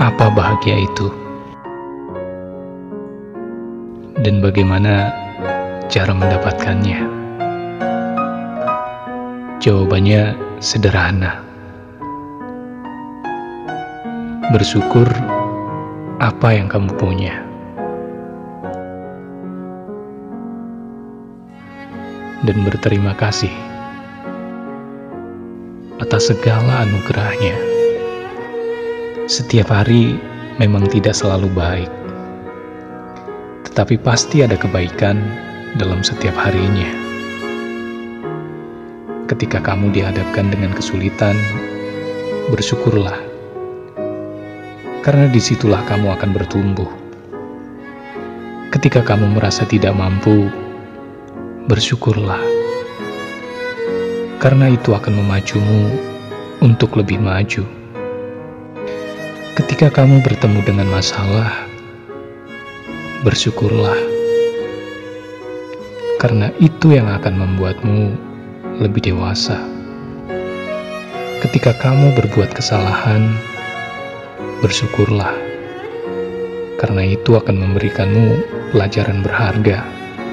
apa bahagia itu, dan bagaimana cara mendapatkannya. Jawabannya sederhana. Bersyukur apa yang kamu punya. Dan berterima kasih atas segala anugerahnya. Setiap hari memang tidak selalu baik, tetapi pasti ada kebaikan dalam setiap harinya. Ketika kamu dihadapkan dengan kesulitan, bersyukurlah. Karena disitulah kamu akan bertumbuh. Ketika kamu merasa tidak mampu, bersyukurlah. Karena itu akan memacumu untuk lebih maju. Ketika kamu bertemu dengan masalah, bersyukurlah. Karena itu yang akan membuatmu lebih dewasa. Ketika kamu berbuat kesalahan, bersyukurlah, karena itu akan memberikanmu pelajaran berharga.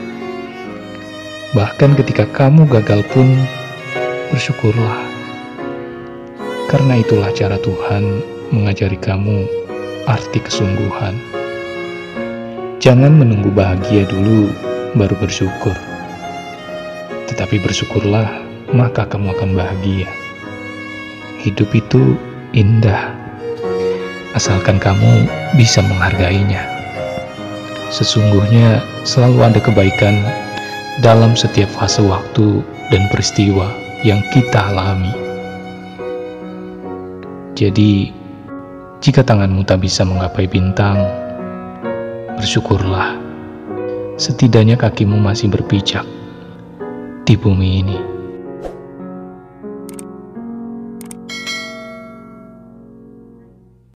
Bahkan ketika kamu gagal pun, bersyukurlah, karena itulah cara Tuhan mengajari kamu arti kesungguhan. Jangan menunggu bahagia dulu baru bersyukur, tetapi bersyukurlah, maka kamu akan bahagia. Hidup itu indah, asalkan kamu bisa menghargainya. Sesungguhnya selalu ada kebaikan dalam setiap fase waktu dan peristiwa yang kita alami. Jadi, jika tanganmu tak bisa menggapai bintang, bersyukurlah. Setidaknya kakimu masih berpijak di bumi ini.